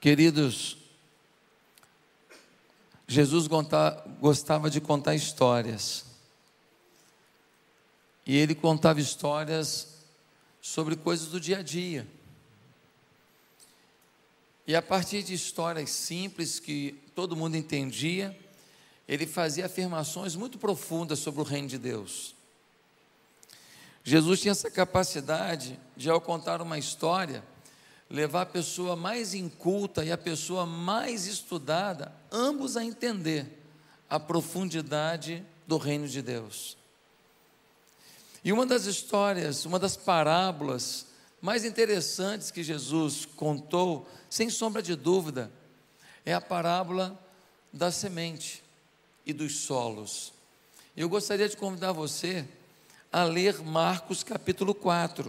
Queridos, Jesus gostava de contar histórias. E ele contava histórias sobre coisas do dia a dia. E a partir de histórias simples que todo mundo entendia, ele fazia afirmações muito profundas sobre o reino de Deus. Jesus tinha essa capacidade de, ao contar uma história, levar a pessoa mais inculta e a pessoa mais estudada, ambos a entender a profundidade do reino de Deus. E uma das histórias, uma das parábolas mais interessantes que Jesus contou, sem sombra de dúvida, é a parábola da semente e dos solos. Eu gostaria de convidar você a ler Marcos capítulo 4.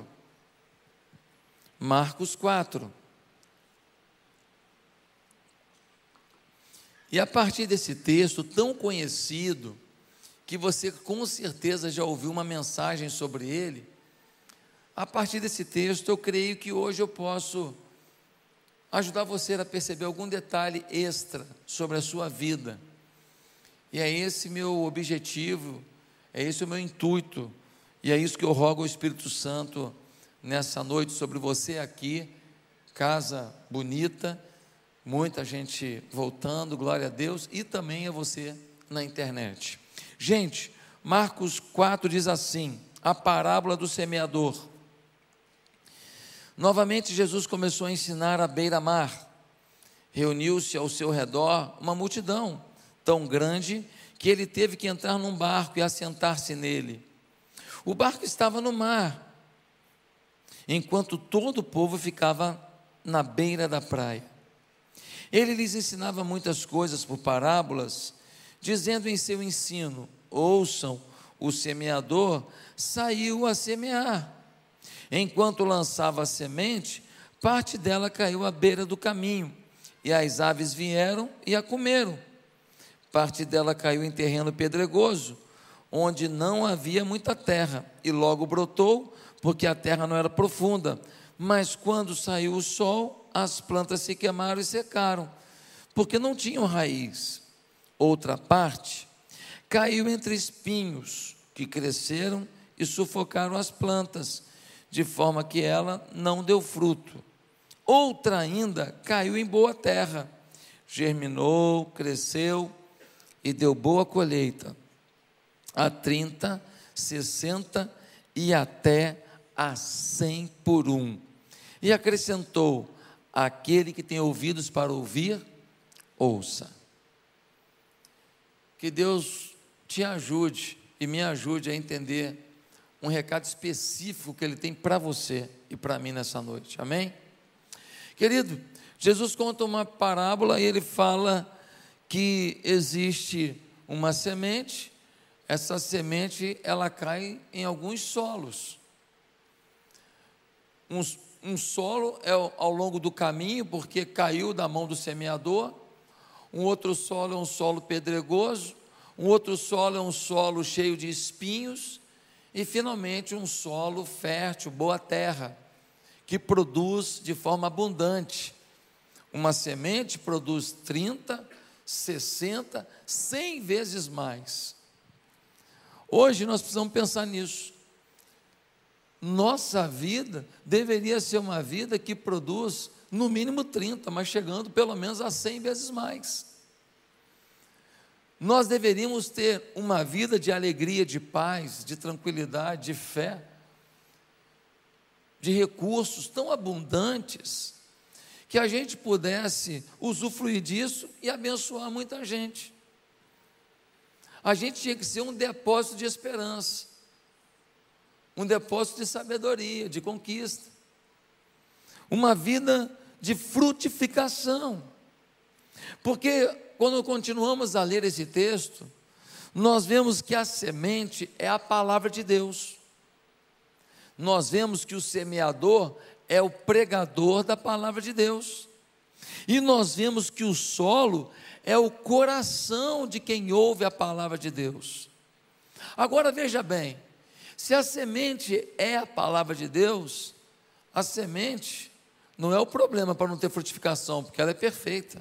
Marcos 4. E a partir desse texto tão conhecido, que você com certeza já ouviu uma mensagem sobre ele, a partir desse texto eu creio que hoje eu posso ajudar você a perceber algum detalhe extra sobre a sua vida. E é esse meu objetivo, é esse o meu intuito, e é isso que eu rogo ao Espírito Santo nessa noite sobre você aqui, casa bonita, muita gente voltando, glória a Deus, e também a você na internet. Gente, Marcos 4 diz assim, a parábola do semeador. Novamente Jesus começou a ensinar à beira-mar. Reuniu-se ao seu redor uma multidão tão grande que ele teve que entrar num barco e assentar-se nele. O barco estava no mar, enquanto todo o povo ficava na beira da praia. Ele lhes ensinava muitas coisas por parábolas, dizendo em seu ensino: ouçam, o semeador saiu a semear. Enquanto lançava a semente, parte dela caiu à beira do caminho, e as aves vieram e a comeram. Parte dela caiu em terreno pedregoso, onde não havia muita terra, e logo brotou, porque a terra não era profunda. Mas quando saiu o sol, as plantas se queimaram e secaram, porque não tinham raiz. Outra parte caiu entre espinhos, que cresceram e sufocaram as plantas, de forma que ela não deu fruto. Outra ainda caiu em boa terra, germinou, cresceu e deu boa colheita, a 30, 60 e até a 100 por um. E acrescentou: aquele que tem ouvidos para ouvir, ouça. Que Deus te ajude e me ajude a entender um recado específico que Ele tem para você e para mim nessa noite, amém? Querido, Jesus conta uma parábola e Ele fala que existe uma semente. Essa semente, ela cai em alguns solos. Um solo é ao longo do caminho, porque caiu da mão do semeador. Um outro solo é um solo pedregoso. Um outro solo é um solo cheio de espinhos. E, finalmente, um solo fértil, boa terra, que produz de forma abundante. Uma semente produz 30, 60, 100 vezes mais. Hoje nós precisamos pensar nisso. Nossa vida deveria ser uma vida que produz no mínimo 30, mas chegando pelo menos a 100 vezes mais. Nós deveríamos ter uma vida de alegria, de paz, de tranquilidade, de fé, de recursos tão abundantes, que a gente pudesse usufruir disso e abençoar muita gente. A gente tinha que ser um depósito de esperança, um depósito de sabedoria, de conquista, uma vida de frutificação, porque quando continuamos a ler esse texto, nós vemos que a semente é a palavra de Deus, nós vemos que o semeador é o pregador da palavra de Deus, e nós vemos que o solo é o coração de quem ouve a palavra de Deus. Agora veja bem, se a semente é a palavra de Deus, a semente não é o problema para não ter frutificação, porque ela é perfeita.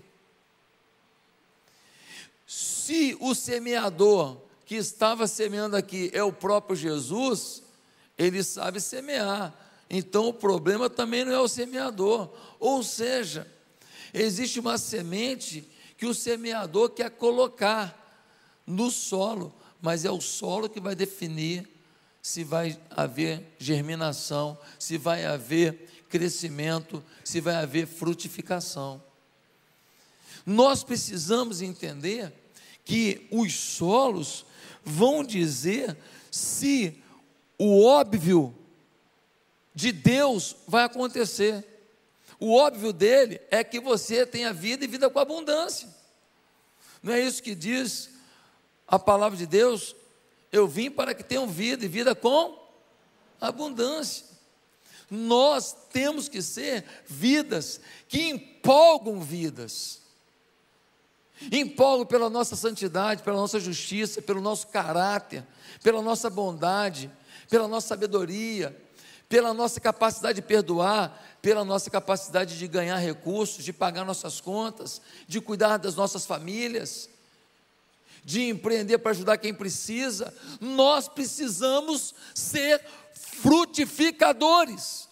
Se o semeador que estava semeando aqui é o próprio Jesus, ele sabe semear. Então o problema também não é o semeador. Ou seja, existe uma semente que o semeador quer colocar no solo, mas é o solo que vai definir se vai haver germinação, se vai haver crescimento, se vai haver frutificação. Nós precisamos entender que os solos vão dizer se o óbvio de Deus vai acontecer. O óbvio dele é que você tenha vida e vida com abundância. Não é isso que diz a palavra de Deus? Eu vim para que tenham vida e vida com abundância. Nós temos que ser vidas que empolgam vidas. Empolgam pela nossa santidade, pela nossa justiça, pelo nosso caráter, pela nossa bondade, pela nossa sabedoria, pela nossa capacidade de perdoar, pela nossa capacidade de ganhar recursos, de pagar nossas contas, de cuidar das nossas famílias, de empreender para ajudar quem precisa. Nós precisamos ser frutificadores.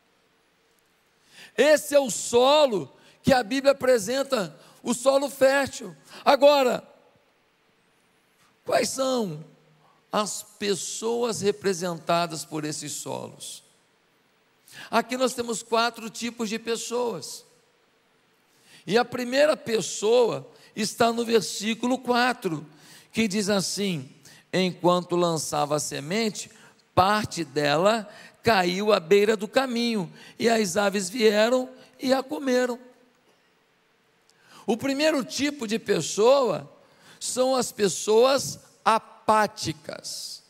Esse é o solo que a Bíblia apresenta, o solo fértil. Agora, quais são as pessoas representadas por esses solos? Aqui nós temos 4 tipos de pessoas. E a primeira pessoa está no versículo 4, que diz assim: enquanto lançava a semente, parte dela caiu à beira do caminho, e as aves vieram e a comeram. O primeiro tipo de pessoa são as pessoas apáticas.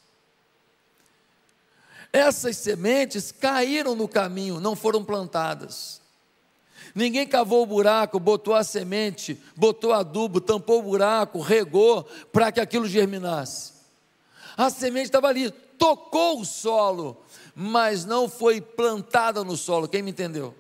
Essas sementes caíram no caminho, não foram plantadas. Ninguém cavou o buraco, botou a semente, botou adubo, tampou o buraco, regou para que aquilo germinasse. A semente estava ali, tocou o solo, mas não foi plantada no solo. Quem me entendeu?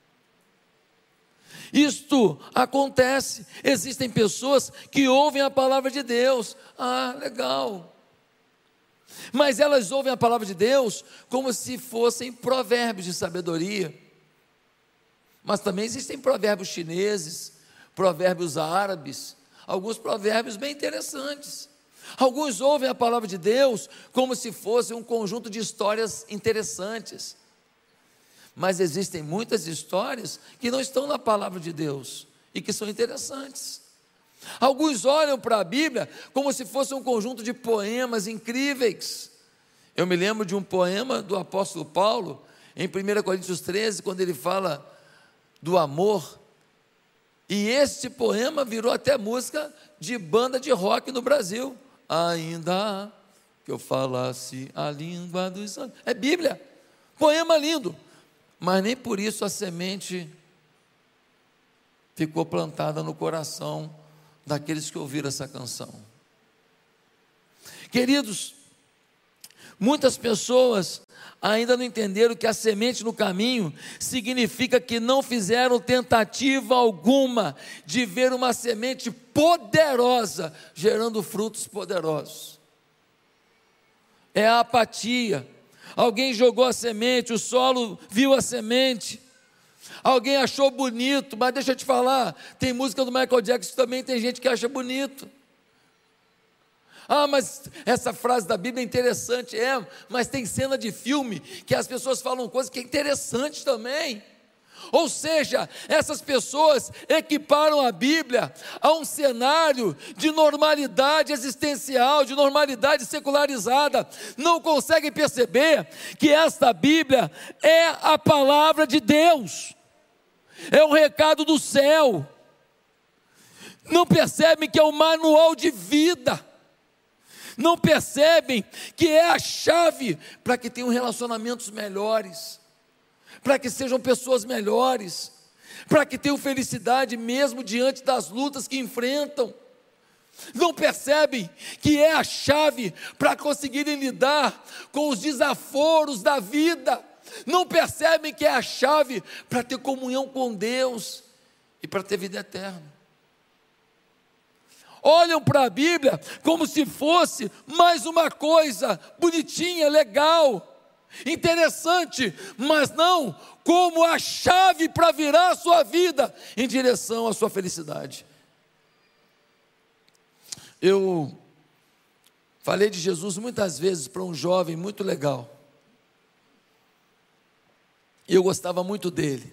Isto acontece. Existem pessoas que ouvem a palavra de Deus. Ah, legal. Mas elas ouvem a palavra de Deus como se fossem provérbios de sabedoria. Mas também existem provérbios chineses, provérbios árabes, alguns provérbios bem interessantes. Alguns ouvem a palavra de Deus como se fosse um conjunto de histórias interessantes. Mas existem muitas histórias que não estão na palavra de Deus e que são interessantes. Alguns olham para a Bíblia como se fosse um conjunto de poemas incríveis. Eu me lembro de um poema do apóstolo Paulo, em 1 Coríntios 13, quando ele fala do amor, e este poema virou até música de banda de rock no Brasil. Ainda que eu falasse a língua dos anjos. É Bíblia, poema lindo, mas nem por isso a semente ficou plantada no coração daqueles que ouviram essa canção. Queridos, muitas pessoas ainda não entenderam que a semente no caminho significa que não fizeram tentativa alguma de ver uma semente poderosa gerando frutos poderosos. É a apatia. Alguém jogou a semente, o solo viu a semente, alguém achou bonito, mas deixa eu te falar, tem música do Michael Jackson que também tem gente que acha bonito. Ah, mas essa frase da Bíblia é interessante, mas tem cena de filme que as pessoas falam coisas que é interessante também. Ou seja, essas pessoas equiparam a Bíblia a um cenário de normalidade existencial, de normalidade secularizada. Não conseguem perceber que esta Bíblia é a palavra de Deus, é um recado do céu. Não percebem que é o manual de vida. Não percebem que é a chave para que tenham relacionamentos melhores, para que sejam pessoas melhores, para que tenham felicidade mesmo diante das lutas que enfrentam. Não percebem que é a chave para conseguirem lidar com os desaforos da vida, não percebem que é a chave para ter comunhão com Deus e para ter vida eterna. Olham para a Bíblia como se fosse mais uma coisa bonitinha, legal, interessante, mas não como a chave para virar a sua vida em direção à sua felicidade. Eu falei de Jesus muitas vezes para um jovem muito legal. Eu gostava muito dele.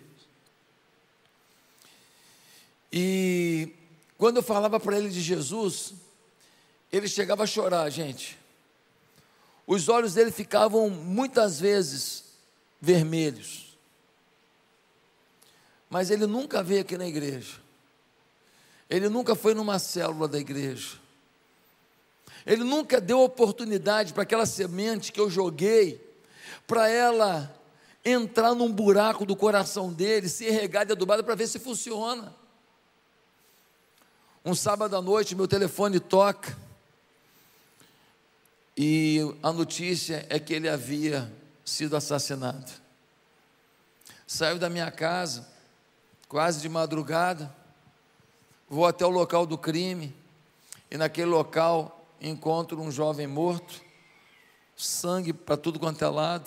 E quando eu falava para ele de Jesus, ele chegava a chorar, gente. Os olhos dele ficavam muitas vezes vermelhos. Mas ele nunca veio aqui na igreja. Ele nunca foi numa célula da igreja. Ele nunca deu oportunidade para aquela semente que eu joguei, para ela entrar num buraco do coração dele, ser regada e adubada para ver se funciona. Um sábado à noite, meu telefone toca, e a notícia é que ele havia sido assassinado. Saio da minha casa, quase de madrugada, vou até o local do crime, e naquele local encontro um jovem morto, sangue para tudo quanto é lado,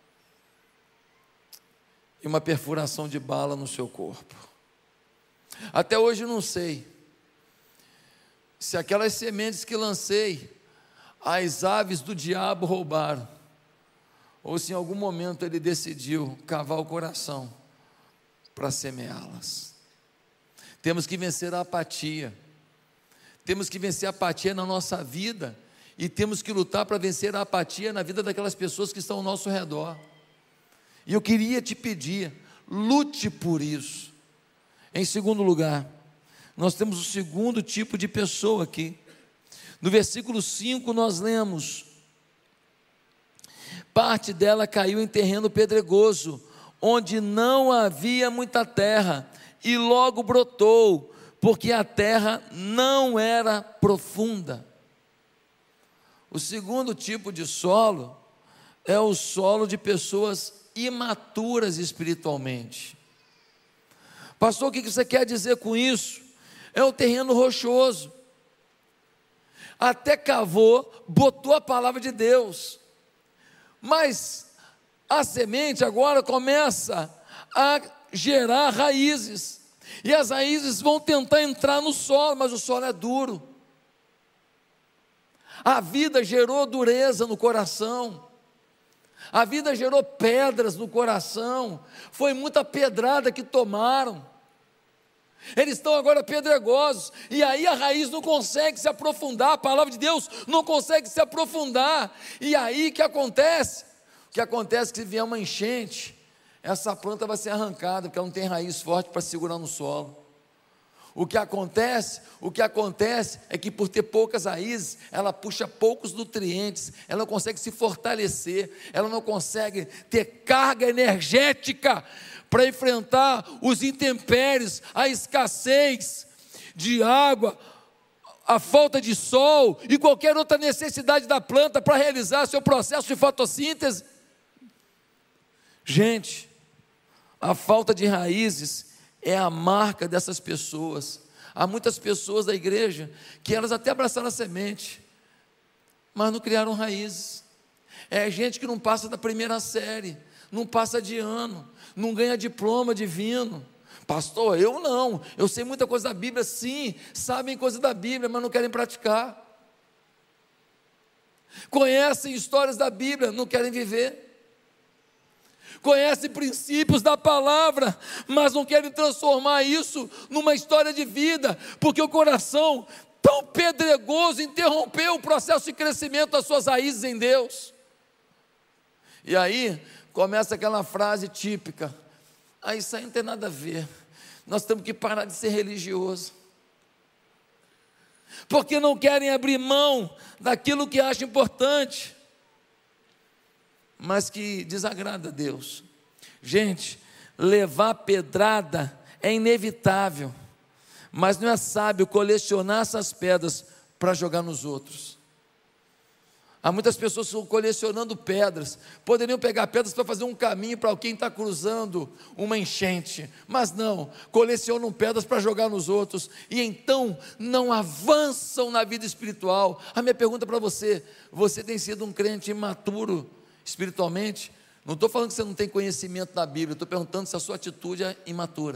e uma perfuração de bala no seu corpo. Até hoje não sei se aquelas sementes que lancei, as aves do diabo roubaram, ou se em algum momento ele decidiu cavar o coração para semeá-las. Temos que vencer a apatia, temos que vencer a apatia na nossa vida, e temos que lutar para vencer a apatia na vida daquelas pessoas que estão ao nosso redor. E eu queria te pedir, lute por isso. Em segundo lugar, nós temos o segundo tipo de pessoa aqui. No versículo 5 nós lemos: parte dela caiu em terreno pedregoso, onde não havia muita terra, e logo brotou, porque a terra não era profunda. O segundo tipo de solo é o solo de pessoas imaturas espiritualmente. Pastor, o que você quer dizer com isso? É o terreno rochoso. Até cavou, botou a palavra de Deus, mas a semente agora começa a gerar raízes, e as raízes vão tentar entrar no solo, mas o solo é duro. A vida gerou dureza no coração, a vida gerou pedras no coração, foi muita pedrada que tomaram, eles estão agora pedregosos, e aí a raiz não consegue se aprofundar, a palavra de Deus não consegue se aprofundar, e aí o que acontece? O que acontece é que se vier uma enchente, essa planta vai ser arrancada, porque ela não tem raiz forte para segurar no solo. O que acontece é que por ter poucas raízes, ela puxa poucos nutrientes, ela não consegue se fortalecer, ela não consegue ter carga energética para enfrentar os intempéries, a escassez de água, a falta de sol e qualquer outra necessidade da planta para realizar seu processo de fotossíntese. Gente, a falta de raízes é a marca dessas pessoas. Há muitas pessoas da igreja que elas até abraçaram a semente, mas não criaram raízes. É gente que não passa da primeira série, não passa de ano, não ganha diploma divino. Pastor, eu não, eu sei muita coisa da Bíblia, sim, sabem coisa da Bíblia, mas não querem praticar. Conhecem histórias da Bíblia, não querem viver. Conhecem princípios da palavra, mas não querem transformar isso numa história de vida, porque o coração tão pedregoso interrompeu o processo de crescimento das suas raízes em Deus. E aí começa aquela frase típica: isso aí não tem nada a ver, nós temos que parar de ser religioso, porque não querem abrir mão daquilo que acham importante, mas que desagrada a Deus. Gente, levar pedrada é inevitável, mas não é sábio colecionar essas pedras para jogar nos outros. Há muitas pessoas que estão colecionando pedras, poderiam pegar pedras para fazer um caminho para quem está cruzando uma enchente, mas não, colecionam pedras para jogar nos outros, e então não avançam na vida espiritual. A minha pergunta para você: você tem sido um crente imaturo espiritualmente? Não estou falando que você não tem conhecimento da Bíblia, estou perguntando se a sua atitude é imatura.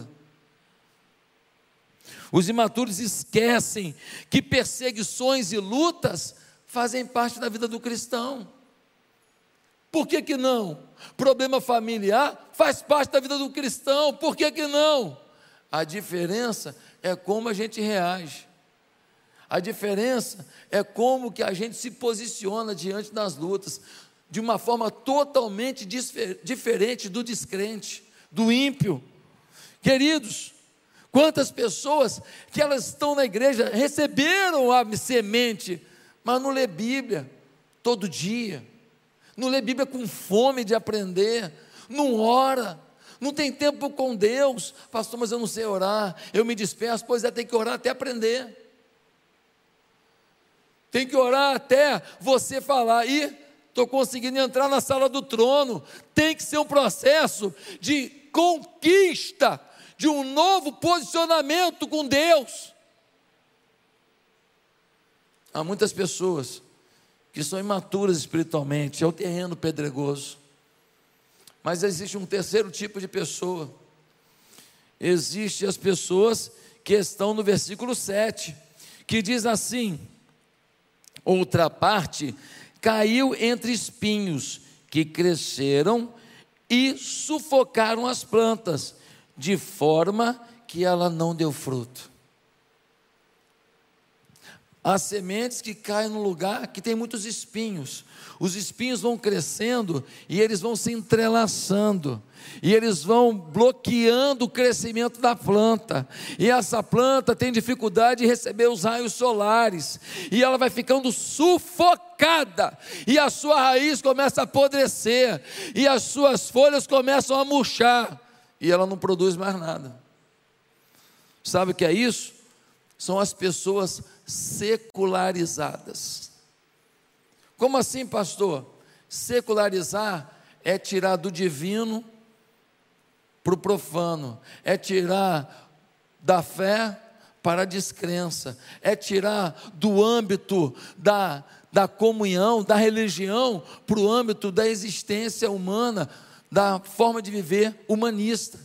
Os imaturos esquecem que perseguições e lutas fazem parte da vida do cristão. Por que que não? Problema familiar faz parte da vida do cristão, por que que não? A diferença é como a gente reage. A diferença é como que a gente se posiciona diante das lutas, de uma forma totalmente diferente do descrente, do ímpio. Queridos, quantas pessoas que elas estão na igreja, receberam a semente, mas não lê Bíblia todo dia, não lê Bíblia com fome de aprender, não ora, não tem tempo com Deus. Pastor, mas eu não sei orar, eu me disperso. Pois é, tem que orar até aprender, tem que orar até você falar, e estou conseguindo entrar na sala do trono. Tem que ser um processo de conquista, de um novo posicionamento com Deus. Há muitas pessoas que são imaturas espiritualmente, é o terreno pedregoso. Mas existe um terceiro tipo de pessoa. Existem as pessoas que estão no versículo 7, que diz assim: outra parte caiu entre espinhos que cresceram e sufocaram as plantas, de forma que ela não deu fruto. Há sementes que caem num lugar que tem muitos espinhos. Os espinhos vão crescendo e eles vão se entrelaçando, e eles vão bloqueando o crescimento da planta, e essa planta tem dificuldade de receber os raios solares, e ela vai ficando sufocada, e a sua raiz começa a apodrecer, e as suas folhas começam a murchar, e ela não produz mais nada. Sabe o que é isso? São as pessoas secularizadas. Como assim, pastor? Secularizar é tirar do divino para o profano, é tirar da fé para a descrença, é tirar do âmbito da comunhão, da religião, para o âmbito da existência humana, da forma de viver humanista.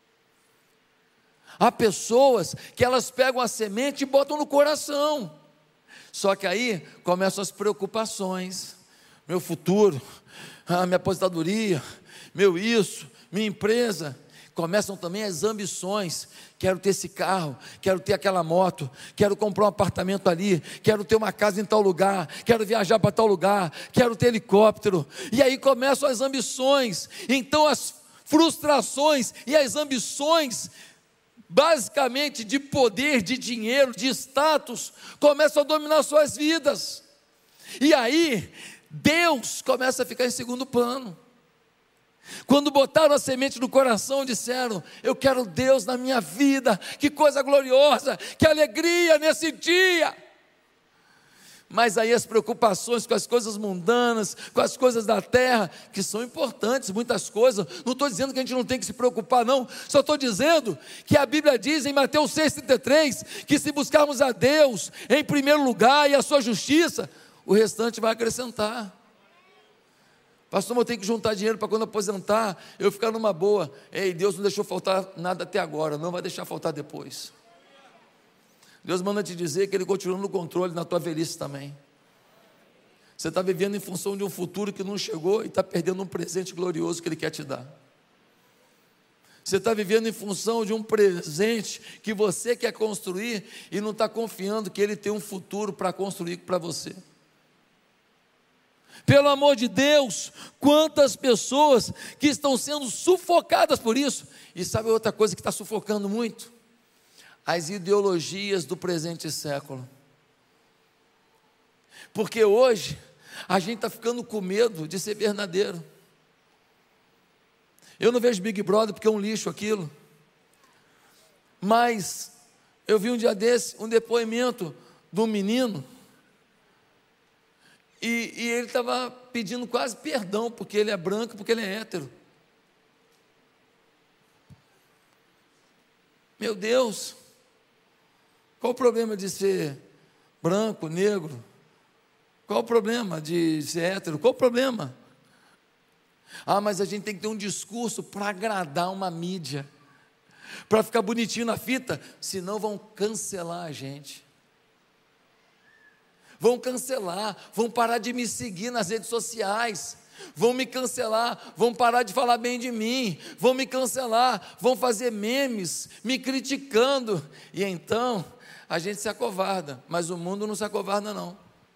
Há pessoas que elas pegam a semente e botam no coração, só que aí começam as preocupações: meu futuro, a minha aposentadoria, meu isso, minha empresa. Começam também as ambições: quero ter esse carro, quero ter aquela moto, quero comprar um apartamento ali, quero ter uma casa em tal lugar, quero viajar para tal lugar, quero ter helicóptero. E aí começam as ambições. Então as frustrações e as ambições, basicamente de poder, de dinheiro, de status, começam a dominar suas vidas, e aí Deus começa a ficar em segundo plano. Quando botaram a semente no coração, disseram: eu quero Deus na minha vida, que coisa gloriosa, que alegria nesse dia. Mas aí as preocupações com as coisas mundanas, com as coisas da terra, que são importantes, muitas coisas, não estou dizendo que a gente não tem que se preocupar não, só estou dizendo que a Bíblia diz em Mateus 6,33, que se buscarmos a Deus em primeiro lugar e a sua justiça, o restante vai acrescentar. Pastor, eu tenho que juntar dinheiro para quando aposentar, eu ficar numa boa. Ei, Deus não deixou faltar nada até agora, não vai deixar faltar depois. Deus manda te dizer que Ele continua no controle na tua velhice também. Você está vivendo em função de um futuro que não chegou e está perdendo um presente glorioso que Ele quer te dar. Você está vivendo em função de um presente que você quer construir e não está confiando que Ele tem um futuro para construir para você. Pelo amor de Deus, quantas pessoas que estão sendo sufocadas por isso. E sabe outra coisa que está sufocando muito? As ideologias do presente século. Porque hoje a gente está ficando com medo de ser verdadeiro. Eu não vejo Big Brother porque é um lixo aquilo, mas eu vi um dia desse um depoimento de um menino, E ele estava pedindo quase perdão, porque ele é branco, porque ele é hétero. Meu Deus, qual o problema de ser branco, negro? Qual o problema de ser hétero? Qual o problema? Ah, mas a gente tem que ter um discurso para agradar uma mídia, para ficar bonitinho na fita, senão vão cancelar a gente. Vão cancelar, vão parar de me seguir nas redes sociais, vão me cancelar, vão parar de falar bem de mim, vão me cancelar, vão fazer memes me criticando, e então a gente se acovarda, mas o mundo não se acovarda não.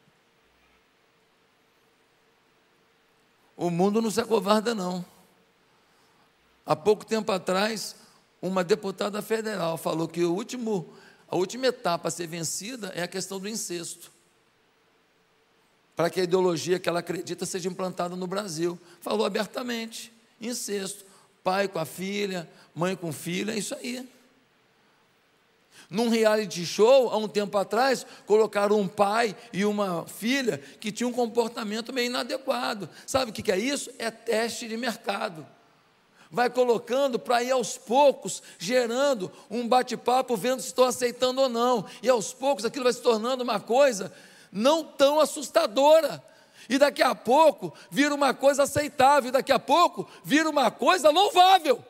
O mundo não se acovarda não. Há pouco tempo atrás, uma deputada federal falou que a última etapa a ser vencida é a questão do incesto, para que a ideologia que ela acredita seja implantada no Brasil. Falou abertamente, incesto, pai com a filha, mãe com filha, é isso aí. Num reality show, há um tempo atrás, colocaram um pai e uma filha que tinham um comportamento meio inadequado. Sabe o que é isso? É teste de mercado. Vai colocando para ir aos poucos, gerando um bate-papo, vendo se estão aceitando ou não. E aos poucos aquilo vai se tornando uma coisa não tão assustadora. E daqui a pouco vira uma coisa aceitável, e daqui a pouco vira uma coisa louvável.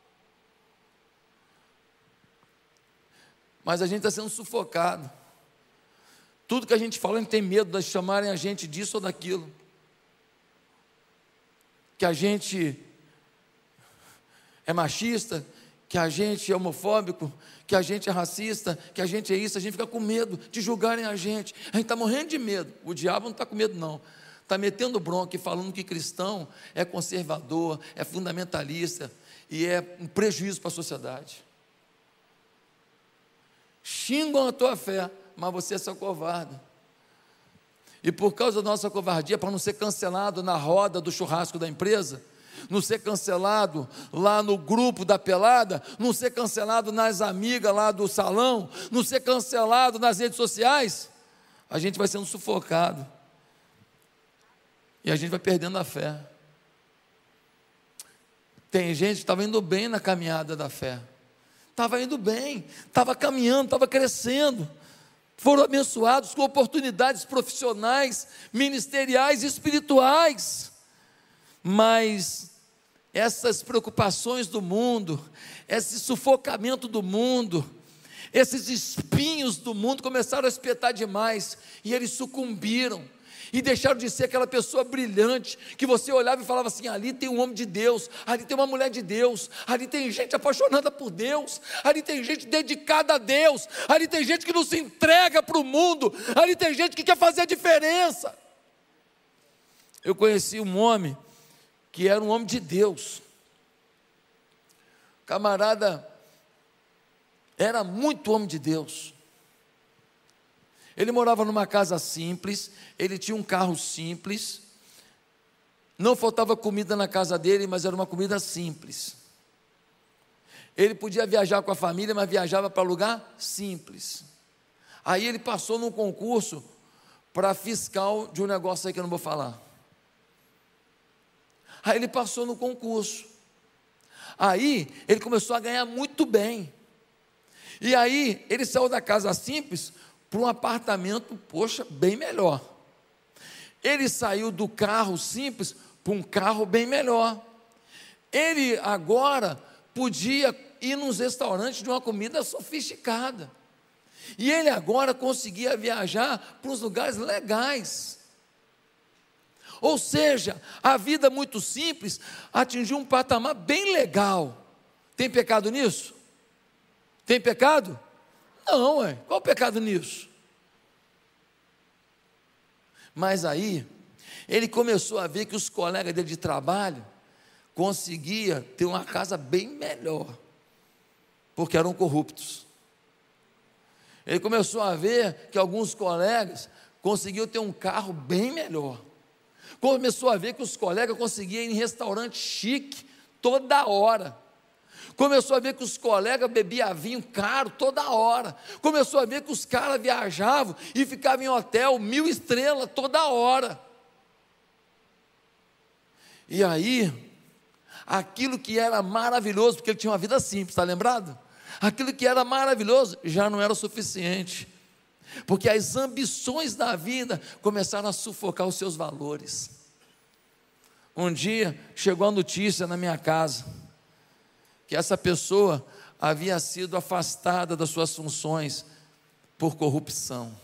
Mas a gente está sendo sufocado. Tudo que a gente fala, a gente tem medo de chamarem a gente disso ou daquilo. Que a gente é machista, que a gente é homofóbico, que a gente é racista, que a gente é isso, a gente fica com medo de julgarem a gente está morrendo de medo. O diabo não está com medo não, está metendo bronca e falando que cristão é conservador, é fundamentalista e é um prejuízo para a sociedade. Xingam a tua fé, mas você é seu covarde. E por causa da nossa covardia, para não ser cancelado na roda do churrasco da empresa, não ser cancelado lá no grupo da pelada, não ser cancelado nas amigas lá do salão, não ser cancelado nas redes sociais, a gente vai sendo sufocado. E a gente vai perdendo a fé. Tem gente que estava indo bem na caminhada da fé. Estava indo bem, estava caminhando, estava crescendo, foram abençoados com oportunidades profissionais, ministeriais e espirituais, mas essas preocupações do mundo, esse sufocamento do mundo, esses espinhos do mundo começaram a espetar demais, e eles sucumbiram, e deixaram de ser aquela pessoa brilhante, que você olhava e falava assim, ali tem um homem de Deus, ali tem uma mulher de Deus, ali tem gente apaixonada por Deus, ali tem gente dedicada a Deus, ali tem gente que não se entrega para o mundo, ali tem gente que quer fazer a diferença. Eu conheci um homem, que era um homem de Deus, camarada, era muito homem de Deus. Ele morava numa casa simples, ele tinha um carro simples, não faltava comida na casa dele, mas era uma comida simples. Ele podia viajar com a família, mas viajava para lugar simples. Aí ele passou num concurso para fiscal de um negócio aí que eu não vou falar. Aí ele passou no concurso. Aí ele começou a ganhar muito bem. E aí ele saiu da casa simples para um apartamento, poxa, bem melhor. Ele saiu do carro simples para um carro bem melhor. Ele agora podia ir nos restaurantes de uma comida sofisticada. E ele agora conseguia viajar para os lugares legais. Ou seja, a vida muito simples atingiu um patamar bem legal. Tem pecado nisso? Tem pecado? Não, qual o pecado nisso? Mas aí, ele começou a ver que os colegas dele de trabalho conseguiam ter uma casa bem melhor, porque eram corruptos. Ele começou a ver que alguns colegas conseguiam ter um carro bem melhor. Começou a ver que os colegas conseguiam ir em restaurante chique toda hora. Começou a ver que os colegas bebiam vinho caro toda hora. Começou a ver que os caras viajavam e ficavam em hotel 1000 estrelas toda hora. E aí, aquilo que era maravilhoso, porque ele tinha uma vida simples, está lembrado? Aquilo que era maravilhoso já não era o suficiente, porque as ambições da vida começaram a sufocar os seus valores. Um dia chegou a notícia na minha casa que essa pessoa havia sido afastada das suas funções por corrupção.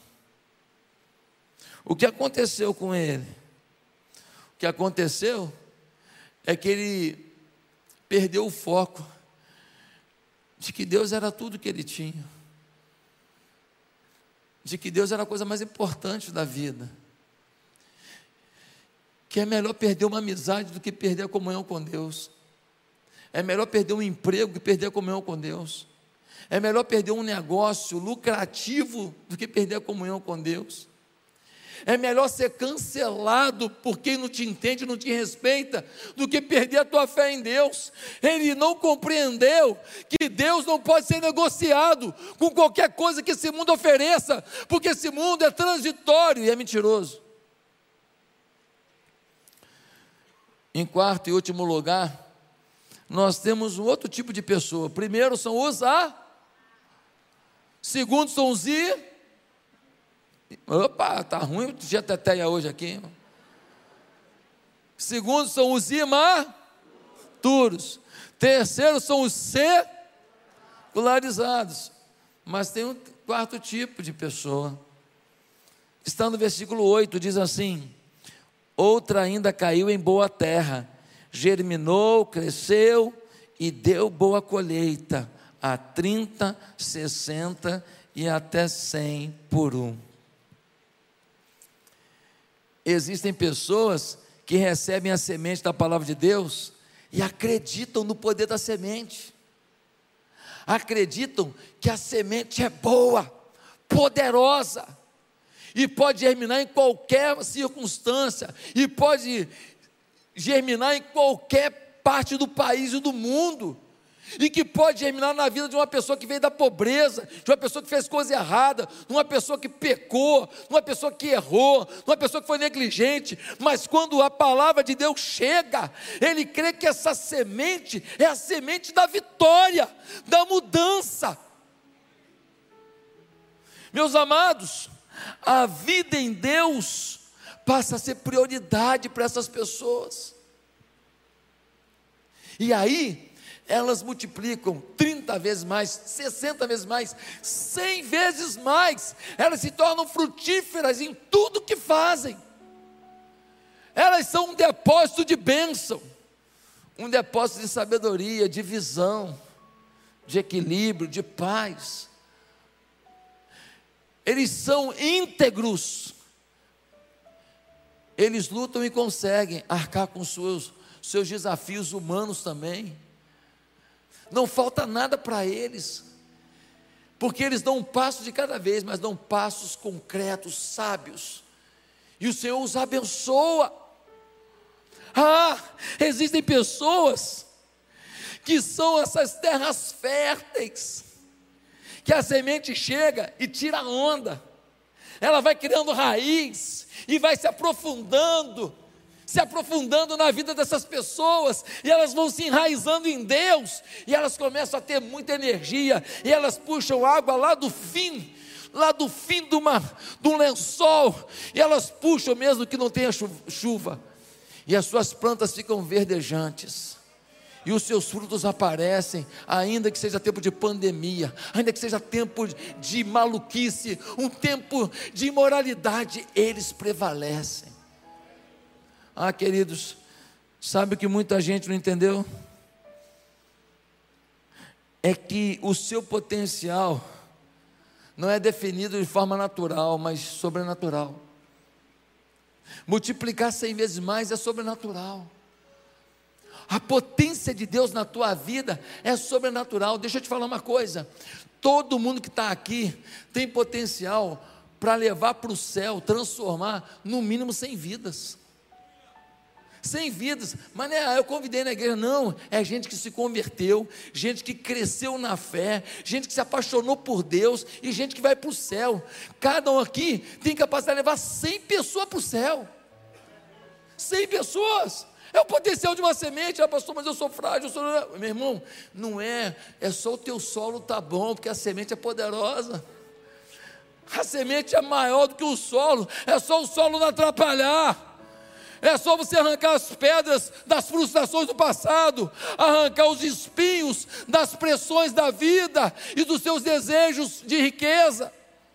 O que aconteceu com ele? O que aconteceu é que ele perdeu o foco de que Deus era tudo que ele tinha, de que Deus era a coisa mais importante da vida, que é melhor perder uma amizade do que perder a comunhão com Deus, é melhor perder um emprego que perder a comunhão com Deus, é melhor perder um negócio lucrativo do que perder a comunhão com Deus. É melhor ser cancelado por quem não te entende, não te respeita, do que perder a tua fé em Deus. Ele não compreendeu que Deus não pode ser negociado com qualquer coisa que esse mundo ofereça, porque esse mundo é transitório e é mentiroso. Em quarto e último lugar, nós temos um outro tipo de pessoa. Primeiro são os segundo são os Opa, está ruim de teteia hoje aqui, irmão. Segundo são os imaturos. Terceiro são os secularizados. Mas tem um quarto tipo de pessoa. Está no versículo 8, diz assim: outra ainda caiu em boa terra, germinou, cresceu e deu boa colheita, a 30, 60 e até 100 por um. Existem pessoas que recebem a semente da palavra de Deus e acreditam no poder da semente, acreditam que a semente é boa, poderosa, e pode germinar em qualquer circunstância, e pode germinar em qualquer parte do país e do mundo, e que pode germinar na vida de uma pessoa que veio da pobreza, de uma pessoa que fez coisa errada, de uma pessoa que pecou, de uma pessoa que errou, de uma pessoa que foi negligente, mas quando a palavra de Deus chega, ele crê que essa semente é a semente da vitória, da mudança. Meus amados, a vida em Deus passa a ser prioridade para essas pessoas, e aí elas multiplicam 30 vezes mais, 60 vezes mais, 100 vezes mais. Elas se tornam frutíferas em tudo que fazem. Elas são um depósito de bênção, um depósito de sabedoria, de visão, de equilíbrio, de paz. Eles são íntegros. Eles lutam e conseguem arcar com seus desafios humanos também. Não falta nada para eles, porque eles dão um passo de cada vez, mas dão passos concretos, sábios, e o Senhor os abençoa. Existem pessoas que são essas terras férteis, que a semente chega e tira a onda, ela vai criando raiz, e vai se aprofundando na vida dessas pessoas, e elas vão se enraizando em Deus, e elas começam a ter muita energia, e elas puxam água lá do fim de um lençol, e elas puxam mesmo que não tenha chuva, e as suas plantas ficam verdejantes, e os seus frutos aparecem, ainda que seja tempo de pandemia, ainda que seja tempo de maluquice, um tempo de imoralidade, eles prevalecem. Queridos, sabe o que muita gente não entendeu? É que o seu potencial não é definido de forma natural, mas sobrenatural. Multiplicar 100 vezes mais é sobrenatural. A potência de Deus na tua vida é sobrenatural. Deixa eu te falar uma coisa: todo mundo que está aqui tem potencial para levar para o céu, transformar no mínimo 100 vidas. 100 vidas, mas não é, eu convidei na igreja, não, é gente que se converteu, gente que cresceu na fé, gente que se apaixonou por Deus, e gente que vai para o céu. Cada um aqui tem capacidade de levar 100 pessoas para o céu, 100 pessoas, é o potencial de uma semente. Pastor, mas eu sou frágil, meu irmão, não é só o teu solo tá bom, porque a semente é poderosa, a semente é maior do que o solo, é só o solo não atrapalhar. É só você arrancar as pedras das frustrações do passado, arrancar os espinhos das pressões da vida e dos seus desejos de riqueza,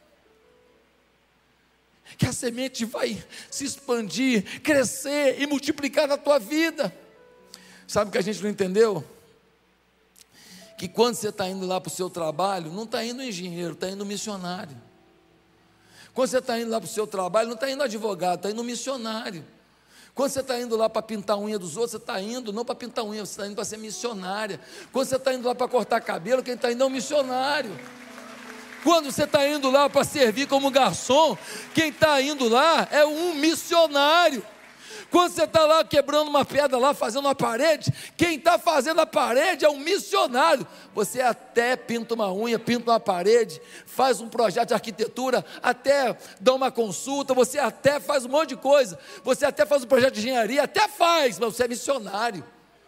que a semente vai se expandir, crescer e multiplicar na tua vida. Sabe o que a gente não entendeu? Que quando você está indo lá para o seu trabalho, não está indo engenheiro, está indo missionário. Quando você está indo lá para o seu trabalho, não está indo advogado, está indo missionário. Quando você está indo lá para pintar a unha dos outros, você está indo não para pintar a unha, você está indo para ser missionária. Quando você está indo lá para cortar cabelo, quem está indo é um missionário. Quando você está indo lá para servir como garçom, quem está indo lá é um missionário. Quando você está lá quebrando uma pedra lá, fazendo uma parede, quem está fazendo a parede é um missionário. Você até pinta uma unha, pinta uma parede, faz um projeto de arquitetura, até dá uma consulta, você até faz um monte de coisa, você até faz um projeto de engenharia, até faz, mas você é missionário.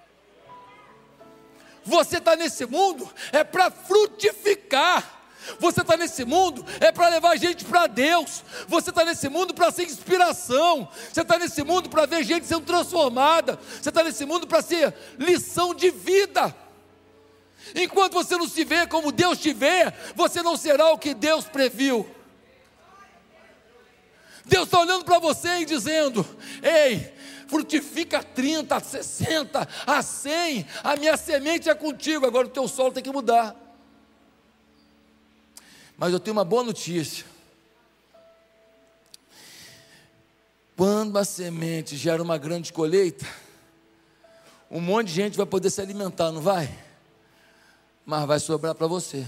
Você está nesse mundo é para frutificar. Você está nesse mundo é para levar gente para Deus. Você está nesse mundo para ser inspiração. Você está nesse mundo para ver gente sendo transformada. Você está nesse mundo para ser lição de vida. Enquanto você não se vê como Deus te vê, você não será o que Deus previu. Deus está olhando para você e dizendo: ei, frutifica 30, 60, a 100, a minha semente é contigo. Agora o teu solo tem que mudar. Mas eu tenho uma boa notícia. Quando a semente gera uma grande colheita, um monte de gente vai poder se alimentar, não vai? Mas vai sobrar para você.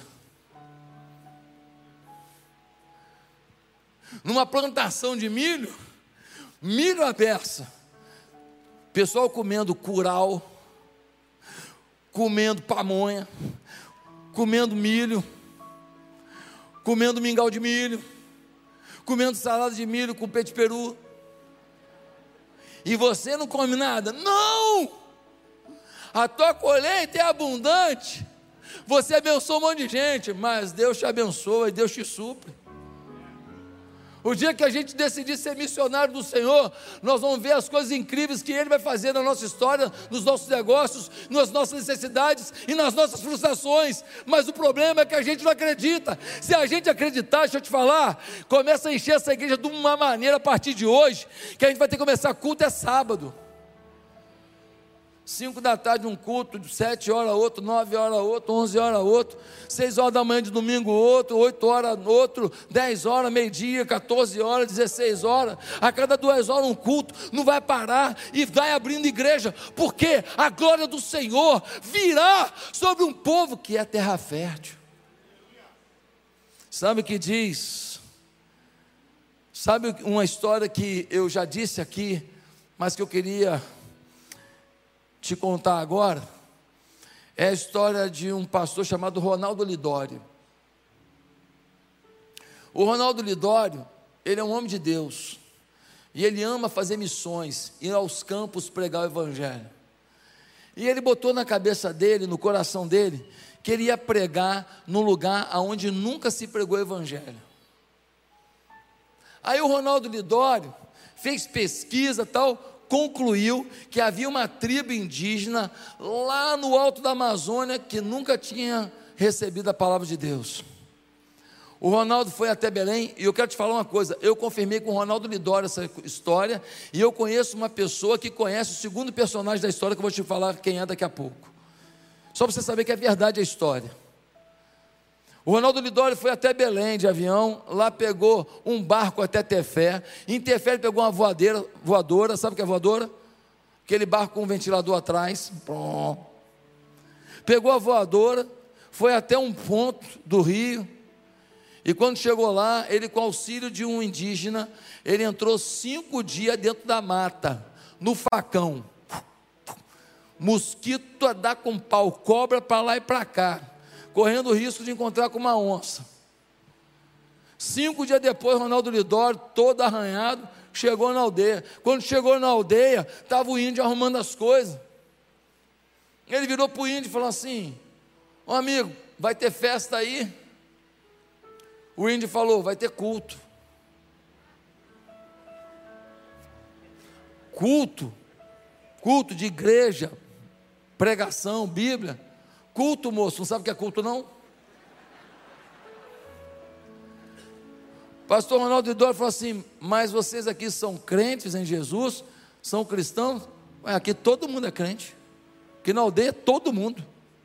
Numa plantação de milho, milho à beça, pessoal comendo curau, comendo pamonha, comendo milho, comendo mingau de milho, comendo salada de milho com peito de peru, e você não come nada? Não! A tua colheita é abundante, você abençoa um monte de gente, mas Deus te abençoa e Deus te supre. O dia que a gente decidir ser missionário do Senhor, nós vamos ver as coisas incríveis que Ele vai fazer na nossa história, nos nossos negócios, nas nossas necessidades e nas nossas frustrações. Mas o problema é que a gente não acredita. Se a gente acreditar, deixa eu te falar, começa a encher essa igreja de uma maneira a partir de hoje, que a gente vai ter que começar culto é sábado. 5 da tarde um culto, 7 horas outro, 9 horas outro, 11 horas outro, 6 horas da manhã de domingo outro, 8 horas outro, 10 horas, meio-dia, 14 horas, 16 horas, a cada 2 horas um culto, não vai parar e vai abrindo igreja, porque a glória do Senhor virá sobre um povo que é terra fértil. Sabe o que diz? Sabe uma história que eu já disse aqui, mas que eu queria te contar agora? É a história de um pastor chamado Ronaldo Lidório. O Ronaldo Lidório, ele é um homem de Deus, e ele ama fazer missões, ir aos campos pregar o evangelho, e ele botou na cabeça dele, no coração dele, que ele ia pregar num lugar onde nunca se pregou o evangelho. Aí o Ronaldo Lidório fez pesquisa tal, concluiu que havia uma tribo indígena lá no alto da Amazônia que nunca tinha recebido a palavra de Deus. O Ronaldo foi até Belém, e eu quero te falar uma coisa, eu confirmei com o Ronaldo Lidório essa história, e eu conheço uma pessoa que conhece o segundo personagem da história, que eu vou te falar quem é daqui a pouco, só para você saber que é verdade a história. O Ronaldo Lidório foi até Belém de avião, lá pegou um barco até Tefé, em Tefé ele pegou uma voadora, sabe o que é voadora? Aquele barco com um ventilador atrás, pegou a voadora, foi até um ponto do rio, e quando chegou lá, ele com auxílio de um indígena, ele entrou 5 dias dentro da mata, no facão. Mosquito a dar com pau, cobra para lá e para cá, correndo o risco de encontrar com uma onça. 5 dias depois, Ronaldo Lidório, todo arranhado, chegou na aldeia. Quando chegou na aldeia, estava o índio arrumando as coisas. Ele virou para o índio e falou assim: ô amigo, vai ter festa aí? O índio falou: vai ter culto. Culto de igreja, pregação, Bíblia. Culto, moço, não sabe o que é culto não? Pastor Ronaldo Lidório falou assim: mas vocês aqui são crentes em Jesus? São cristãos? Aqui todo mundo é crente. Aqui na aldeia todo mundo.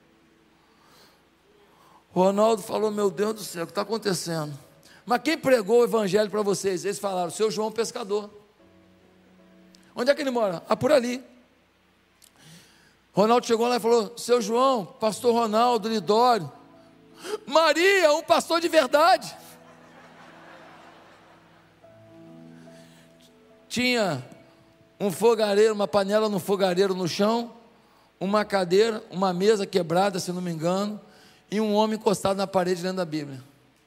Ronaldo falou: meu Deus do céu, o que está acontecendo? Mas quem pregou o evangelho para vocês? Eles falaram: seu João pescador. Onde é que ele mora? Ah, por ali. Ronaldo chegou lá e falou: seu João, pastor Ronaldo Lidório. Maria, um pastor de verdade. Tinha um fogareiro, uma panela no fogareiro no chão, uma cadeira, uma mesa quebrada, se não me engano, e um homem encostado na parede lendo a Bíblia.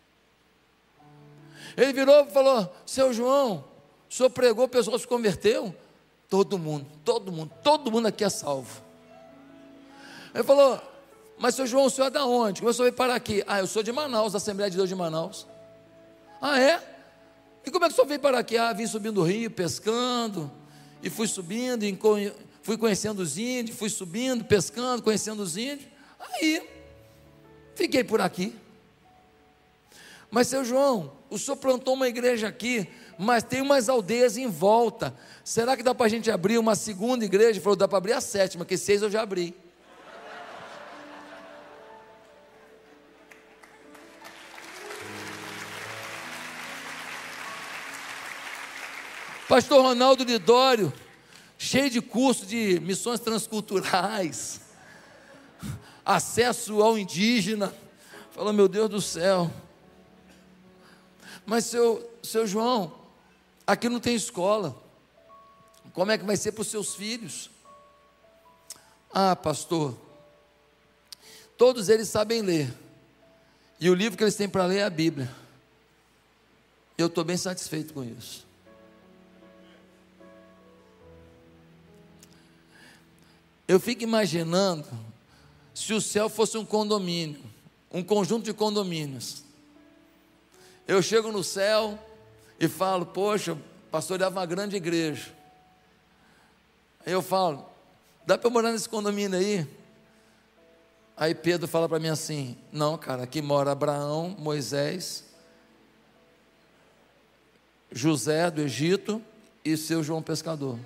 Ele virou e falou: seu João, o senhor pregou, o pessoal se converteu? Todo mundo aqui é salvo. Ele falou: mas seu João, o senhor é da onde? Como o senhor veio parar aqui? Ah, eu sou de Manaus, da Assembleia de Deus de Manaus. Ah, é? E como é que o senhor veio parar aqui? Ah, vim subindo o rio, pescando, e fui subindo, e fui conhecendo os índios, fui subindo, pescando, conhecendo os índios. Aí, fiquei por aqui. Mas seu João, o senhor plantou uma igreja aqui, mas tem umas aldeias em volta. Será que dá para a gente abrir uma segunda igreja? Ele falou: dá para abrir a 7ª, que 6 eu já abri. Pastor Ronaldo Lidório, cheio de curso de missões transculturais, acesso ao indígena, falou: meu Deus do céu. Mas seu João, aqui não tem escola, como é que vai ser para os seus filhos? Ah, pastor, todos eles sabem ler, e o livro que eles têm para ler é a Bíblia. Eu estou bem satisfeito com isso. Eu fico imaginando se o céu fosse um condomínio, um conjunto de condomínios. Eu chego no céu e falo: poxa, o pastor dava uma grande igreja. Aí eu falo: dá para eu morar nesse condomínio aí? Aí Pedro fala para mim assim: não, cara, aqui mora Abraão, Moisés, José do Egito e seu João pescador.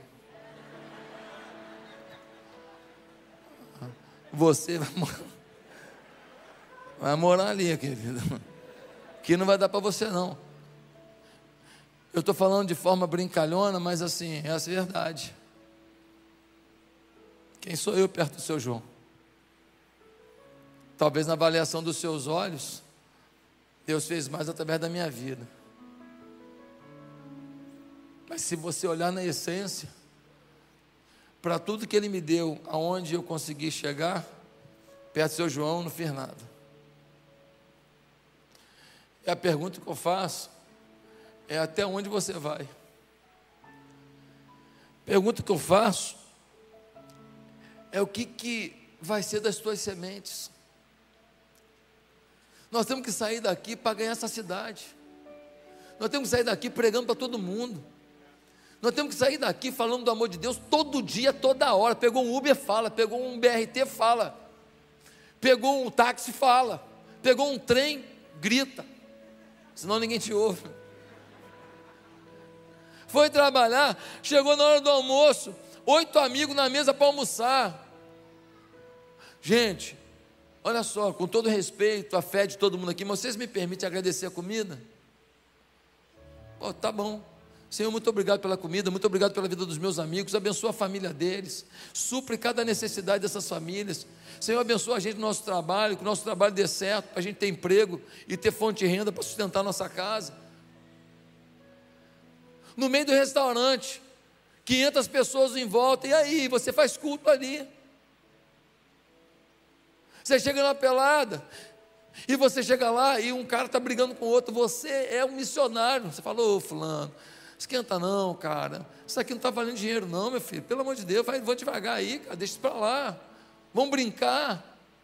Você vai morar ali, querido. Que não vai dar para você não. Eu estou falando de forma brincalhona, mas assim, é a verdade. Quem sou eu perto do seu João? Talvez na avaliação dos seus olhos, Deus fez mais através da minha vida. Mas se você olhar na essência, para tudo que Ele me deu, aonde eu consegui chegar, perto do seu João, não fiz nada. E a pergunta que eu faço é: até onde você vai? Pergunta que eu faço é: o que vai ser das tuas sementes? Nós temos que sair daqui para ganhar essa cidade. Nós temos que sair daqui pregando para todo mundo. Nós temos que sair daqui falando do amor de Deus todo dia, toda hora. Pegou um Uber, fala. Pegou um BRT, fala. Pegou um táxi, fala. Pegou um trem, grita. Senão ninguém te ouve. Foi trabalhar, chegou na hora do almoço, 8 amigos na mesa para almoçar. Gente, olha só, com todo respeito, a fé de todo mundo aqui, mas vocês me permitem agradecer a comida? Oh, tá bom. Senhor, muito obrigado pela comida, muito obrigado pela vida dos meus amigos, abençoa a família deles, supre cada necessidade dessas famílias. Senhor, abençoa a gente no nosso trabalho, que o nosso trabalho dê certo, para a gente ter emprego e ter fonte de renda para sustentar a nossa casa. No meio do restaurante, 500 pessoas em volta, e aí, você faz culto ali. Você chega na pelada, e você chega lá, e um cara está brigando com o outro, você é um missionário. Você fala: ô fulano, esquenta não, cara, isso aqui não está valendo dinheiro não, meu filho, pelo amor de Deus, vou devagar aí, cara, deixa isso para lá, vamos brincar.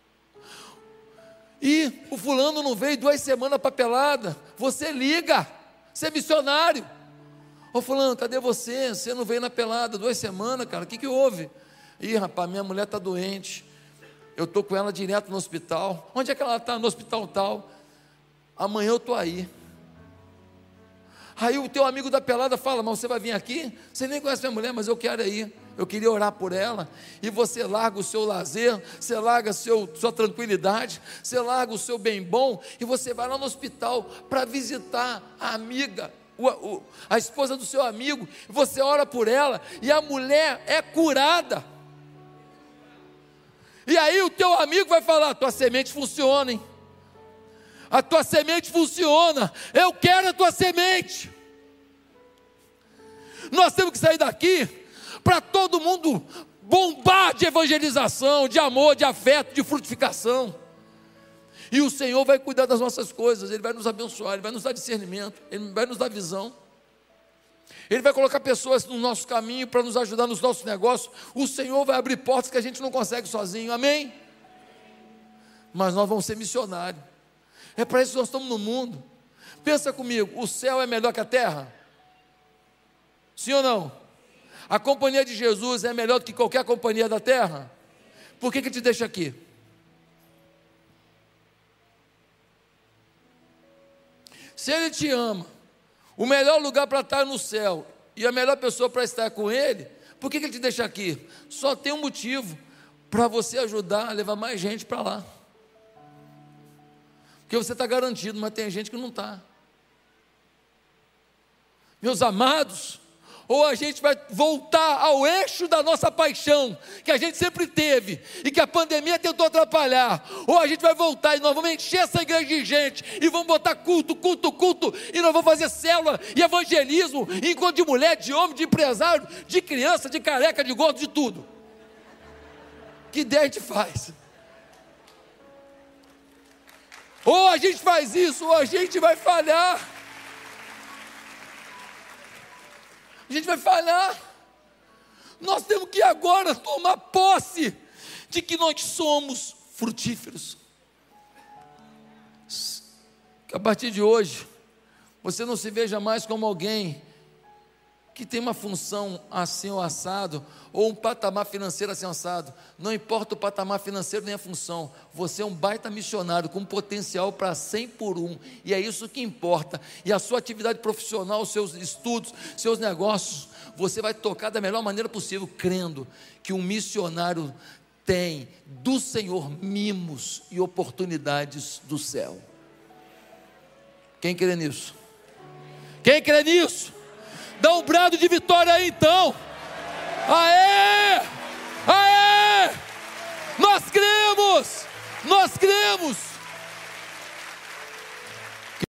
E o fulano não veio 2 semanas para a pelada, você liga, você é missionário. Ô fulano, cadê você? Você não veio na pelada 2 semanas, cara, o que houve? Ih, rapaz, minha mulher está doente, eu estou com ela direto no hospital. Onde é que ela está? No hospital tal. Amanhã eu estou aí. Aí o teu amigo da pelada fala: mas você vai vir aqui? Você nem conhece minha mulher, mas eu quero ir, eu queria orar por ela. E você larga o seu lazer, você larga sua tranquilidade, você larga o seu bem bom, e você vai lá no hospital para visitar a amiga, a esposa do seu amigo. Você ora por ela, e a mulher é curada. E aí o teu amigo vai falar: a tua semente funciona, hein? A tua semente funciona, eu quero a tua semente. Nós temos que sair daqui para todo mundo bombar de evangelização, de amor, de afeto, de frutificação. E o Senhor vai cuidar das nossas coisas, Ele vai nos abençoar, Ele vai nos dar discernimento, Ele vai nos dar visão. Ele vai colocar pessoas no nosso caminho para nos ajudar nos nossos negócios. O Senhor vai abrir portas que a gente não consegue sozinho, amém? Mas nós vamos ser missionários. É para isso que nós estamos no mundo. Pensa comigo, o céu é melhor que a terra? Sim ou não? A companhia de Jesus é melhor do que qualquer companhia da terra? Por que te deixa aqui? Se Ele te ama, o melhor lugar para estar é no céu, e a melhor pessoa para estar com Ele, por que Ele te deixa aqui? Só tem um motivo: para você ajudar a levar mais gente para lá. Porque você está garantido, mas tem gente que não está. Meus amados, ou a gente vai voltar ao eixo da nossa paixão, que a gente sempre teve, e que a pandemia tentou atrapalhar, ou a gente vai voltar e nós vamos encher essa igreja de gente, e vamos botar culto, e nós vamos fazer célula, e evangelismo, e encontro de mulher, de homem, de empresário, de criança, de careca, de gordo, de tudo. Que ideia a gente faz? Ou a gente faz isso, ou a gente vai falhar. A gente vai falhar. Nós temos que agora tomar posse de que nós somos frutíferos. Que a partir de hoje, você não se veja mais como alguém que tem uma função assim ou assado, ou um patamar financeiro assim assado. Não importa o patamar financeiro nem a função, você é um baita missionário com potencial para 100 por 1, e é isso que importa. E a sua atividade profissional, os seus estudos, seus negócios, você vai tocar da melhor maneira possível, crendo que um missionário tem do Senhor mimos e oportunidades do céu. Quem crê nisso? Quem crê nisso? Dá um brado de vitória aí então. Aê! Aê! Nós cremos! Nós cremos!